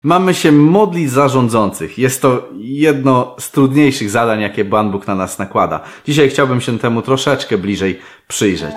Mamy się modlić za rządzących. Jest to jedno z trudniejszych zadań, jakie Pan Bóg na nas nakłada. Dzisiaj chciałbym się temu troszeczkę bliżej przyjrzeć.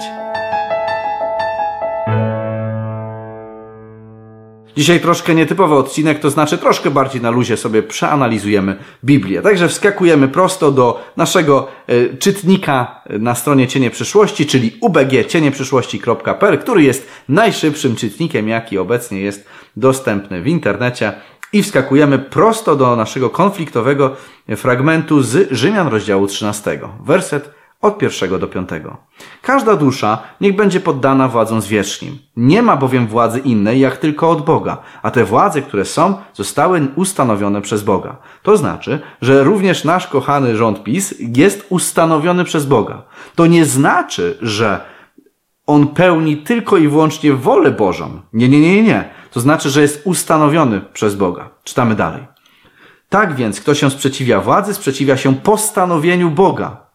Dzisiaj troszkę nietypowy odcinek, to znaczy troszkę bardziej na luzie sobie przeanalizujemy Biblię. Także wskakujemy prosto do naszego czytnika na stronie Cienie Przyszłości, czyli ubg-cienieprzyszłości.pl, który jest najszybszym czytnikiem, jaki obecnie jest dostępny w internecie. I wskakujemy prosto do naszego konfliktowego fragmentu z Rzymian rozdziału 13, werset od 1 do 5. Każda dusza niech będzie poddana władzom zwierzchnim. Nie ma bowiem władzy innej, jak tylko od Boga, a te władze, które są, zostały ustanowione przez Boga. To znaczy, że również nasz kochany rząd PiS jest ustanowiony przez Boga. To nie znaczy, że on pełni tylko i wyłącznie wolę Bożą. Nie. To znaczy, że jest ustanowiony przez Boga. Czytamy dalej. Tak więc, kto się sprzeciwia władzy, sprzeciwia się postanowieniu Boga.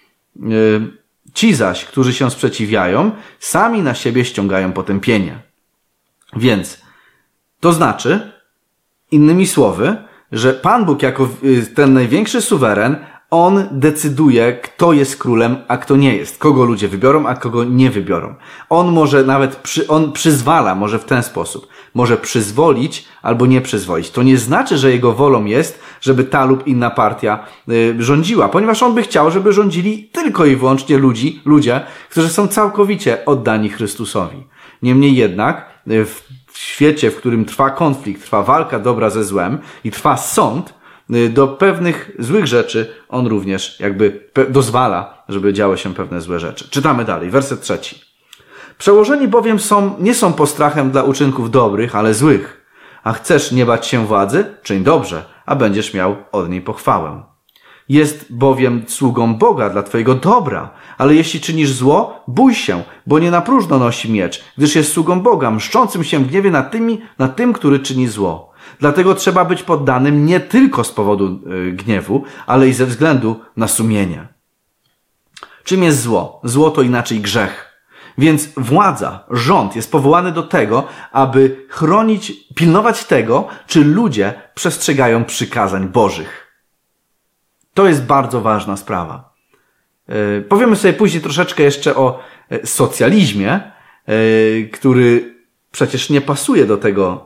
Ci zaś, którzy się sprzeciwiają, sami na siebie ściągają potępienie. Więc to znaczy, innymi słowy, że Pan Bóg jako ten największy suweren, on decyduje, kto jest królem, a kto nie jest. Kogo ludzie wybiorą, a kogo nie wybiorą. On może nawet, on przyzwala, może w ten sposób. Może przyzwolić albo nie przyzwolić. To nie znaczy, że jego wolą jest, żeby ta lub inna partia rządziła, ponieważ on by chciał, żeby rządzili tylko i wyłącznie ludzie, którzy są całkowicie oddani Chrystusowi. Niemniej jednak w świecie, w którym trwa konflikt, trwa walka dobra ze złem i trwa sąd, do pewnych złych rzeczy on również jakby dozwala, żeby działy się pewne złe rzeczy. Czytamy dalej, werset 3. Przełożeni bowiem nie są postrachem dla uczynków dobrych, ale złych. A chcesz nie bać się władzy? Czyń dobrze, a będziesz miał od niej pochwałę. Jest bowiem sługą Boga dla twojego dobra, ale jeśli czynisz zło, bój się, bo nie na próżno nosi miecz, gdyż jest sługą Boga, mszczącym się w gniewie nad tym, który czyni zło. Dlatego trzeba być poddanym nie tylko z powodu gniewu, ale i ze względu na sumienie. Czym jest zło? Zło to inaczej grzech. Więc władza, rząd jest powołany do tego, aby pilnować tego, czy ludzie przestrzegają przykazań Bożych. To jest bardzo ważna sprawa. Powiemy sobie później troszeczkę jeszcze o socjalizmie, który przecież nie pasuje do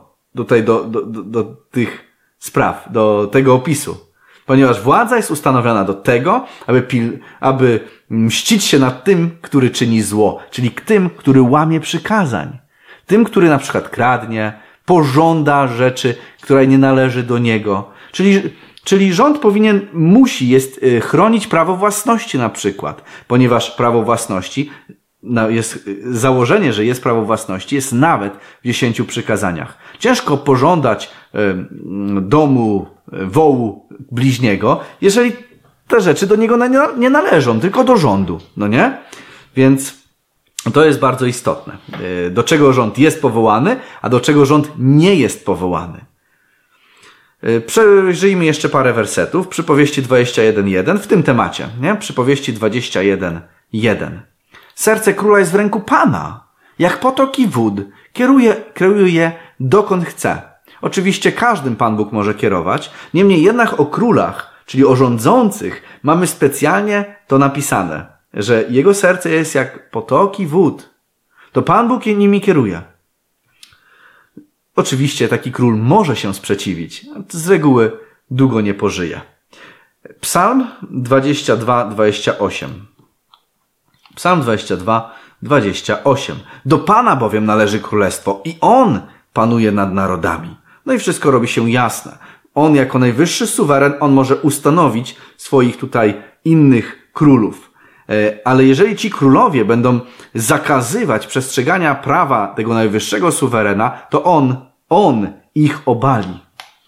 tych spraw, do tego opisu. Ponieważ władza jest ustanowiona do tego, aby mścić się nad tym, który czyni zło, czyli tym, który łamie przykazań. Tym, który na przykład kradnie, pożąda rzeczy, która nie należy do niego. Czyli rząd musi chronić prawo własności na przykład, ponieważ prawo własności założenie, że jest prawo własności, jest nawet w 10 przykazaniach. Ciężko pożądać domu, wołu bliźniego, jeżeli te rzeczy do niego nie należą, tylko do rządu, no nie? Więc to jest bardzo istotne. Do czego rząd jest powołany, a do czego rząd nie jest powołany. Przejrzyjmy jeszcze parę wersetów. Przypowieści 21:1 w tym temacie, nie? Przypowieści 21:1. Serce króla jest w ręku Pana, jak potoki wód. Kieruje je dokąd chce. Oczywiście każdym Pan Bóg może kierować, niemniej jednak o królach, czyli o rządzących, mamy specjalnie to napisane, że jego serce jest jak potoki wód. To Pan Bóg nimi kieruje. Oczywiście taki król może się sprzeciwić, z reguły długo nie pożyje. Psalm 22:28. Psalm 22:28. Do Pana bowiem należy królestwo i On panuje nad narodami. No i wszystko robi się jasne. On jako najwyższy suweren, on może ustanowić swoich tutaj innych królów. Ale jeżeli ci królowie będą zakazywać przestrzegania prawa tego najwyższego suwerena, to on ich obali.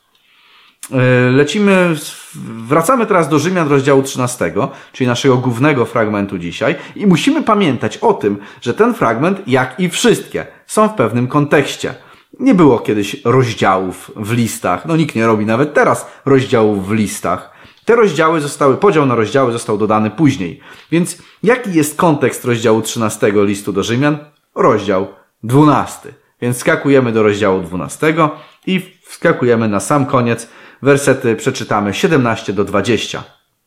Wracamy teraz do Rzymian rozdziału 13, czyli naszego głównego fragmentu dzisiaj i musimy pamiętać o tym, że ten fragment, jak i wszystkie, są w pewnym kontekście. Nie było kiedyś rozdziałów w listach, no nikt nie robi nawet teraz rozdziałów w listach. Te rozdziały podział na rozdziały został dodany później. Więc jaki jest kontekst rozdziału 13 listu do Rzymian? Rozdział 12. Więc skakujemy do rozdziału 12 i Wskakujemy na sam koniec. Wersety przeczytamy 17 do 20.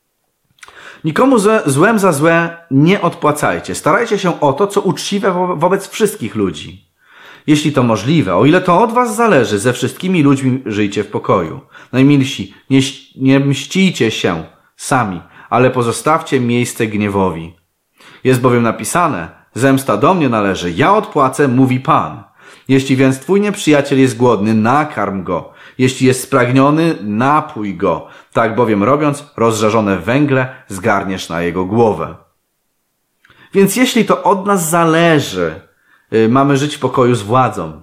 Nikomu złem za złe nie odpłacajcie. Starajcie się o to, co uczciwe wobec wszystkich ludzi. Jeśli to możliwe, o ile to od was zależy, ze wszystkimi ludźmi żyjcie w pokoju. Najmilsi, nie mścijcie się sami, ale pozostawcie miejsce gniewowi. Jest bowiem napisane, zemsta do mnie należy, ja odpłacę, mówi Pan. Jeśli więc twój nieprzyjaciel jest głodny, nakarm go. Jeśli jest spragniony, napój go. Tak bowiem robiąc, rozżarzone węgle zgarniesz na jego głowę. Więc jeśli to od nas zależy, mamy żyć w pokoju z władzą,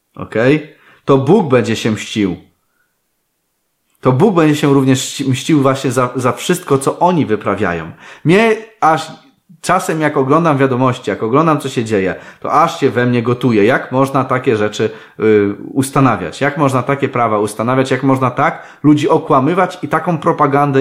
to Bóg będzie się mścił. To Bóg będzie się również mścił właśnie za wszystko, co oni wyprawiają. Mnie aż czasem jak oglądam wiadomości, jak oglądam co się dzieje, to aż się we mnie gotuje. Jak można takie rzeczy ustanawiać? Jak można takie prawa ustanawiać? Jak można tak ludzi okłamywać i taką propagandę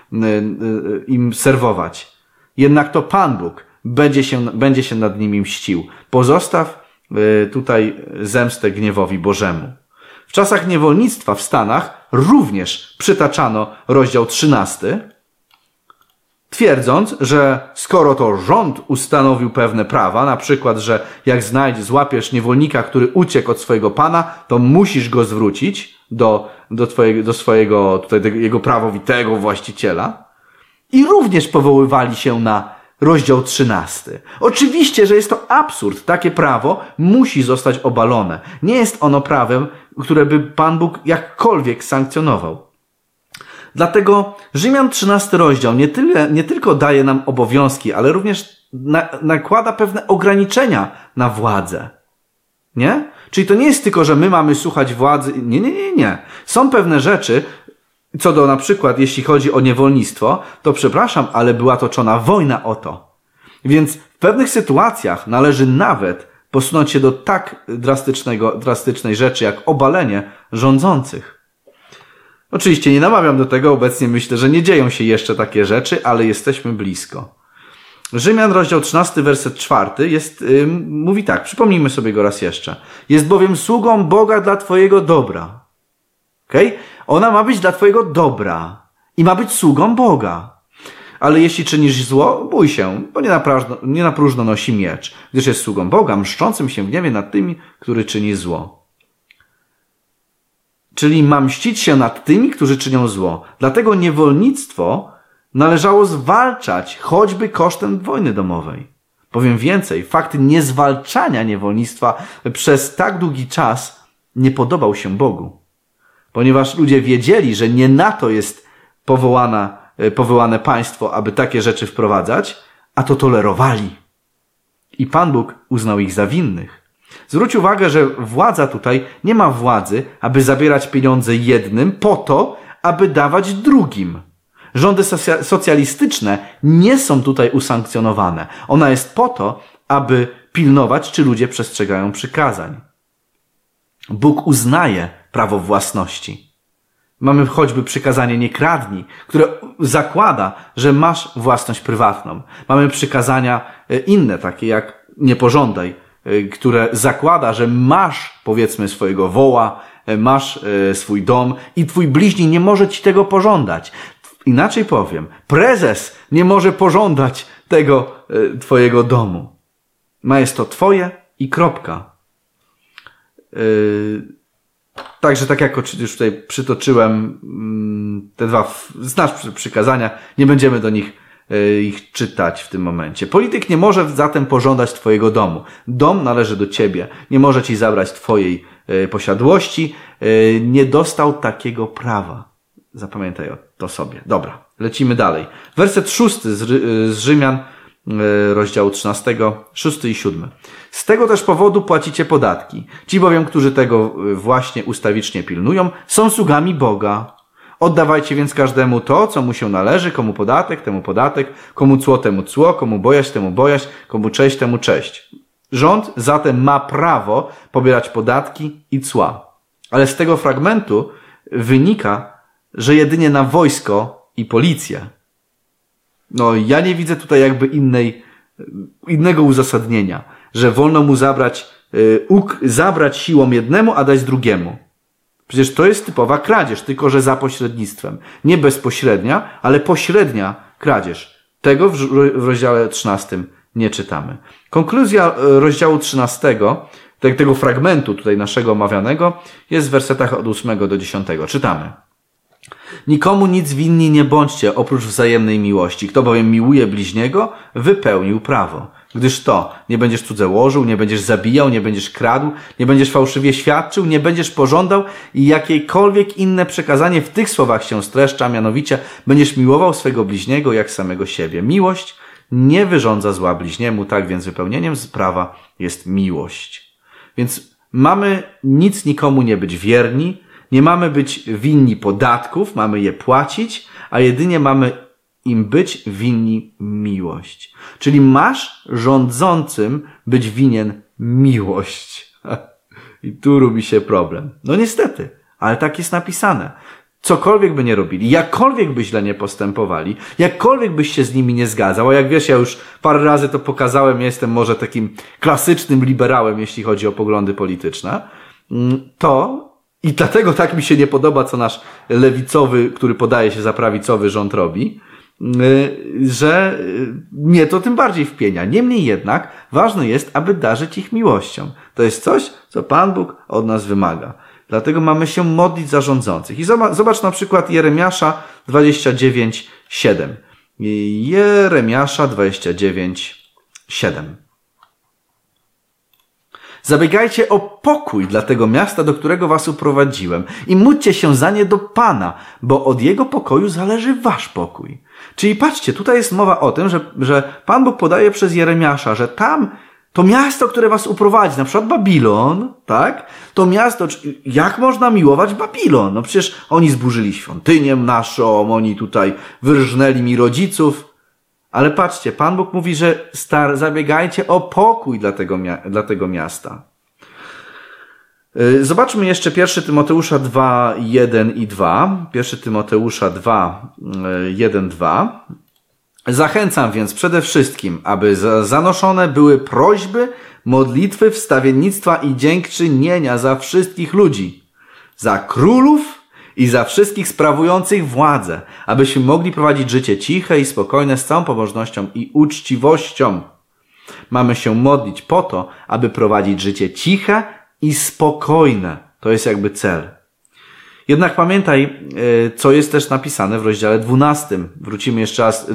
im serwować? Jednak to Pan Bóg będzie się nad nimi mścił. Pozostaw tutaj zemstę gniewowi Bożemu. W czasach niewolnictwa w Stanach również przytaczano rozdział 13, twierdząc, że skoro to rząd ustanowił pewne prawa, na przykład, że jak złapiesz niewolnika, który uciekł od swojego pana, to musisz go zwrócić do swojego tutaj jego prawowitego właściciela. I również powoływali się na rozdział 13. Oczywiście, że jest to absurd. Takie prawo musi zostać obalone. Nie jest ono prawem, które by Pan Bóg jakkolwiek sankcjonował. Dlatego Rzymian 13 rozdział nie tylko daje nam obowiązki, ale również nakłada pewne ograniczenia na władzę. Nie? Czyli to nie jest tylko, że my mamy słuchać władzy. Nie. Są pewne rzeczy, co do na przykład, jeśli chodzi o niewolnictwo, to przepraszam, ale była toczona wojna o to. Więc w pewnych sytuacjach należy nawet posunąć się do tak drastycznej rzeczy, jak obalenie rządzących. Oczywiście nie namawiam do tego, obecnie myślę, że nie dzieją się jeszcze takie rzeczy, ale jesteśmy blisko. Rzymian, rozdział 13, werset 4 mówi tak, przypomnijmy sobie go raz jeszcze. Jest bowiem sługą Boga dla twojego dobra. Ona ma być dla twojego dobra i ma być sługą Boga. Ale jeśli czynisz zło, bój się, bo nie na próżno nosi miecz, gdyż jest sługą Boga, mszczącym się w gniewie nad tymi, który czyni zło. Czyli ma mścić się nad tymi, którzy czynią zło. Dlatego niewolnictwo należało zwalczać, choćby kosztem wojny domowej. Powiem więcej, fakt niezwalczania niewolnictwa przez tak długi czas nie podobał się Bogu. Ponieważ ludzie wiedzieli, że nie na to jest powołane państwo, aby takie rzeczy wprowadzać, a to tolerowali. I Pan Bóg uznał ich za winnych. Zwróć uwagę, że władza tutaj nie ma władzy, aby zabierać pieniądze jednym po to, aby dawać drugim. Rządy socjalistyczne nie są tutaj usankcjonowane. Ona jest po to, aby pilnować, czy ludzie przestrzegają przykazań. Bóg uznaje prawo własności. Mamy choćby przykazanie nie kradnij, które zakłada, że masz własność prywatną. Mamy przykazania inne, takie jak nie pożądaj, które zakłada, że masz, powiedzmy, swojego woła, masz swój dom i twój bliźni nie może ci tego pożądać. Inaczej powiem, prezes nie może pożądać tego twojego domu. Jest to twoje i kropka. Także tak jak już tutaj przytoczyłem te dwa znasz przykazania, nie będziemy do nich ich czytać w tym momencie. Polityk nie może zatem pożądać twojego domu. Dom należy do ciebie. Nie może ci zabrać twojej posiadłości. Nie dostał takiego prawa. Zapamiętaj to sobie. Dobra, lecimy dalej. Werset 6 z Rzymian, rozdziału 13, 6 i 7. Z tego też powodu płacicie podatki. Ci bowiem, którzy tego właśnie ustawicznie pilnują, są sługami Boga. Oddawajcie więc każdemu to, co mu się należy, komu podatek, temu podatek, komu cło, temu cło, komu bojaźń, temu bojaźń, komu cześć, temu cześć. Rząd zatem ma prawo pobierać podatki i cła. Ale z tego fragmentu wynika, że jedynie na wojsko i policję. Ja nie widzę tutaj jakby innego uzasadnienia, że wolno mu zabrać siłą jednemu, a dać drugiemu. Przecież to jest typowa kradzież, tylko że za pośrednictwem. Nie bezpośrednia, ale pośrednia kradzież. Tego w rozdziale 13 nie czytamy. Konkluzja rozdziału 13, tego fragmentu tutaj naszego omawianego, jest w wersetach od 8 do 10. Czytamy. Nikomu nic winni nie bądźcie, oprócz wzajemnej miłości. Kto bowiem miłuje bliźniego, wypełnił prawo. Gdyż to, nie będziesz cudzełożył, nie będziesz zabijał, nie będziesz kradł, nie będziesz fałszywie świadczył, nie będziesz pożądał i jakiekolwiek inne przekazanie w tych słowach się streszcza, mianowicie będziesz miłował swego bliźniego jak samego siebie. Miłość nie wyrządza zła bliźniemu, tak więc wypełnieniem prawa jest miłość. Więc mamy nic nikomu nie być wierni, nie mamy być winni podatków, mamy je płacić, a jedynie mamy im być winni miłość. Czyli masz rządzącym być winien miłość. I tu robi się problem. No niestety, ale tak jest napisane. Cokolwiek by nie robili, jakkolwiek by źle nie postępowali, jakkolwiek byś się z nimi nie zgadzał, a jak wiesz, ja już parę razy to pokazałem, jestem może takim klasycznym liberałem, jeśli chodzi o poglądy polityczne, to i dlatego tak mi się nie podoba, co nasz lewicowy, który podaje się za prawicowy rząd robi, że mnie to tym bardziej wpienia. Niemniej jednak ważne jest, aby darzyć ich miłością. To jest coś, co Pan Bóg od nas wymaga. Dlatego mamy się modlić za rządzących. I zobacz na przykład Jeremiasza 29:7. Jeremiasza 29:7. Zabiegajcie o pokój dla tego miasta, do którego was uprowadziłem i módlcie się za nie do Pana, bo od Jego pokoju zależy wasz pokój. Czyli patrzcie, tutaj jest mowa o tym, że Pan Bóg podaje przez Jeremiasza, że tam to miasto, które was uprowadzi, na przykład Babilon, tak? To miasto, jak można miłować Babilon? No przecież oni zburzyli świątynię naszą, oni tutaj wyrżnęli mi rodziców. Ale patrzcie, Pan Bóg mówi, że zabiegajcie o pokój dla tego miasta. Zobaczmy jeszcze 1 Tymoteusza 2, 1 i 2. 1 Tymoteusza 2, 1, 2. Zachęcam więc przede wszystkim, aby zanoszone były prośby, modlitwy, wstawiennictwa i dziękczynienia za wszystkich ludzi, za królów i za wszystkich sprawujących władzę, abyśmy mogli prowadzić życie ciche i spokojne z całą pobożnością i uczciwością. Mamy się modlić po to, aby prowadzić życie ciche i spokojne. To jest jakby cel. Jednak pamiętaj, co jest też napisane w rozdziale 12. Wrócimy jeszcze raz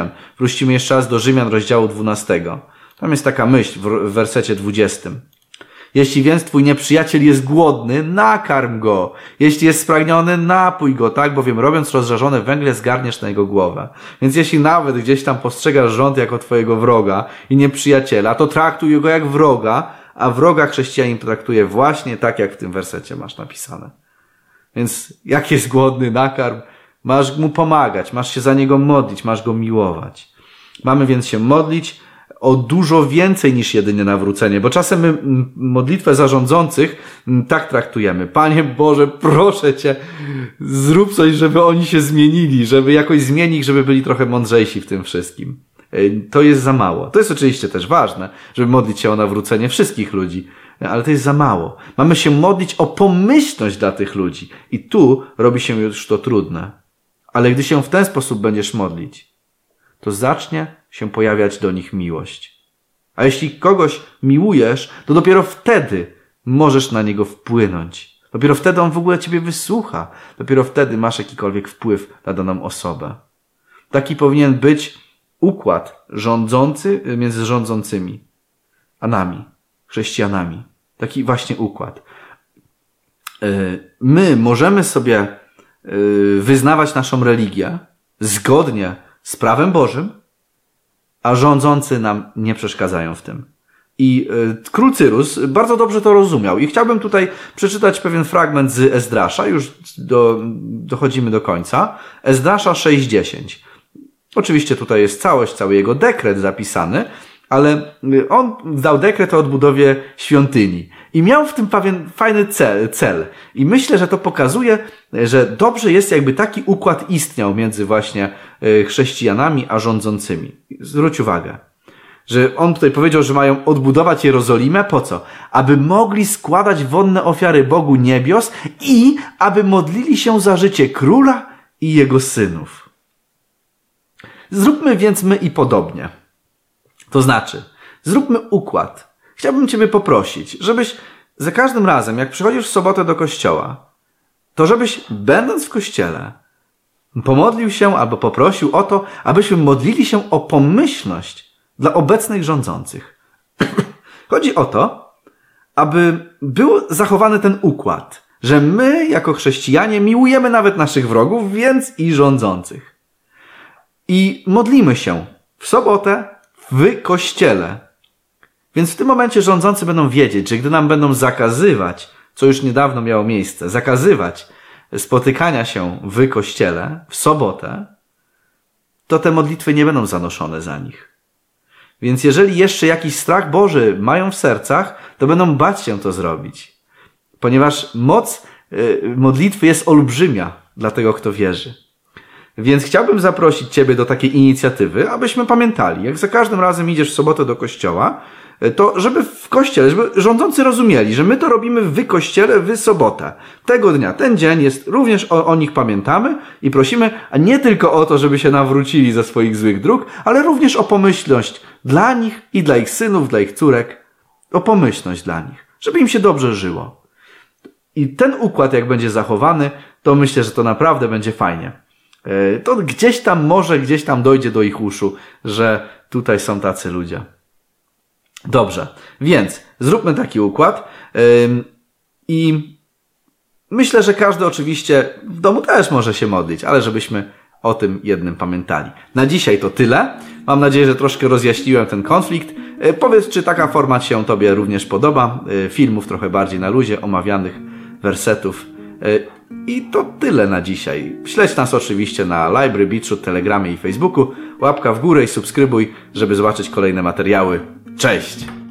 do Rzymian, rozdziału 12. Tam jest taka myśl w wersecie 20. Jeśli więc twój nieprzyjaciel jest głodny, nakarm go. Jeśli jest spragniony, napój go, tak? Bowiem robiąc rozżarzone węgle, zgarniesz na jego głowę. Więc jeśli nawet gdzieś tam postrzegasz rząd jako twojego wroga i nieprzyjaciela, to traktuj go jak wroga, a wroga chrześcijanin traktuje właśnie tak, jak w tym wersecie masz napisane. Więc jak jest głodny, nakarm, masz mu pomagać, masz się za niego modlić, masz go miłować. Mamy więc się modlić o dużo więcej niż jedynie nawrócenie, bo czasem my modlitwę za rządzących tak traktujemy. Panie Boże, proszę Cię, zrób coś, żeby oni się zmienili, żeby jakoś zmienić, żeby byli trochę mądrzejsi w tym wszystkim. To jest za mało. To jest oczywiście też ważne, żeby modlić się o nawrócenie wszystkich ludzi, ale to jest za mało. Mamy się modlić o pomyślność dla tych ludzi i tu robi się już to trudne. Ale gdy się w ten sposób będziesz modlić, to zacznie się pojawiać do nich miłość. A jeśli kogoś miłujesz, to dopiero wtedy możesz na niego wpłynąć. Dopiero wtedy on w ogóle ciebie wysłucha. Dopiero wtedy masz jakikolwiek wpływ na daną osobę. Taki powinien być układ rządzący między rządzącymi a nami, chrześcijanami. Taki właśnie układ. My możemy sobie wyznawać naszą religię zgodnie z prawem Bożym, a rządzący nam nie przeszkadzają w tym. I król Cyrus bardzo dobrze to rozumiał. I chciałbym tutaj przeczytać pewien fragment z Ezdrasza. Już dochodzimy do końca. Ezdrasza 6:10. Oczywiście tutaj jest cały jego dekret zapisany, ale on dał dekret o odbudowie świątyni. I miał w tym pewien fajny cel. I myślę, że to pokazuje, że dobrze jest, jakby taki układ istniał między właśnie chrześcijanami a rządzącymi. Zwróć uwagę. Że on tutaj powiedział, że mają odbudować Jerozolimę. Po co? Aby mogli składać wonne ofiary Bogu niebios i aby modlili się za życie króla i jego synów. Zróbmy więc my i podobnie. To znaczy, zróbmy układ. Chciałbym Ciebie poprosić, żebyś za każdym razem, jak przychodzisz w sobotę do kościoła, to żebyś, będąc w kościele, pomodlił się albo poprosił o to, abyśmy modlili się o pomyślność dla obecnych rządzących. Chodzi o to, aby był zachowany ten układ, że my, jako chrześcijanie, miłujemy nawet naszych wrogów, więc i rządzących. I modlimy się w sobotę w kościele. Więc w tym momencie rządzący będą wiedzieć, że gdy nam będą zakazywać, co już niedawno miało miejsce, zakazywać spotykania się w kościele w sobotę, to te modlitwy nie będą zanoszone za nich. Więc jeżeli jeszcze jakiś strach Boży mają w sercach, to będą bać się to zrobić. Ponieważ moc modlitwy jest olbrzymia dla tego, kto wierzy. Więc chciałbym zaprosić Ciebie do takiej inicjatywy, abyśmy pamiętali, jak za każdym razem idziesz w sobotę do kościoła, to żeby w kościele, żeby rządzący rozumieli, że my to robimy w kościele w sobotę. Tego dnia, ten dzień jest, również o nich pamiętamy i prosimy, a nie tylko o to, żeby się nawrócili ze swoich złych dróg, ale również o pomyślność dla nich i dla ich synów, dla ich córek. O pomyślność dla nich, żeby im się dobrze żyło. I ten układ, jak będzie zachowany, to myślę, że to naprawdę będzie fajnie. To gdzieś tam dojdzie do ich uszu, że tutaj są tacy ludzie. Dobrze, więc zróbmy taki układ i myślę, że każdy oczywiście w domu też może się modlić, ale żebyśmy o tym jednym pamiętali. Na dzisiaj to tyle. Mam nadzieję, że troszkę rozjaśniłem ten konflikt. Powiedz, czy taka forma się Tobie również podoba. Filmów trochę bardziej na luzie, omawianych wersetów. I to tyle na dzisiaj. Śledź nas oczywiście na Library, Beachroot, Telegramie i Facebooku. Łapka w górę i subskrybuj, żeby zobaczyć kolejne materiały. Cześć!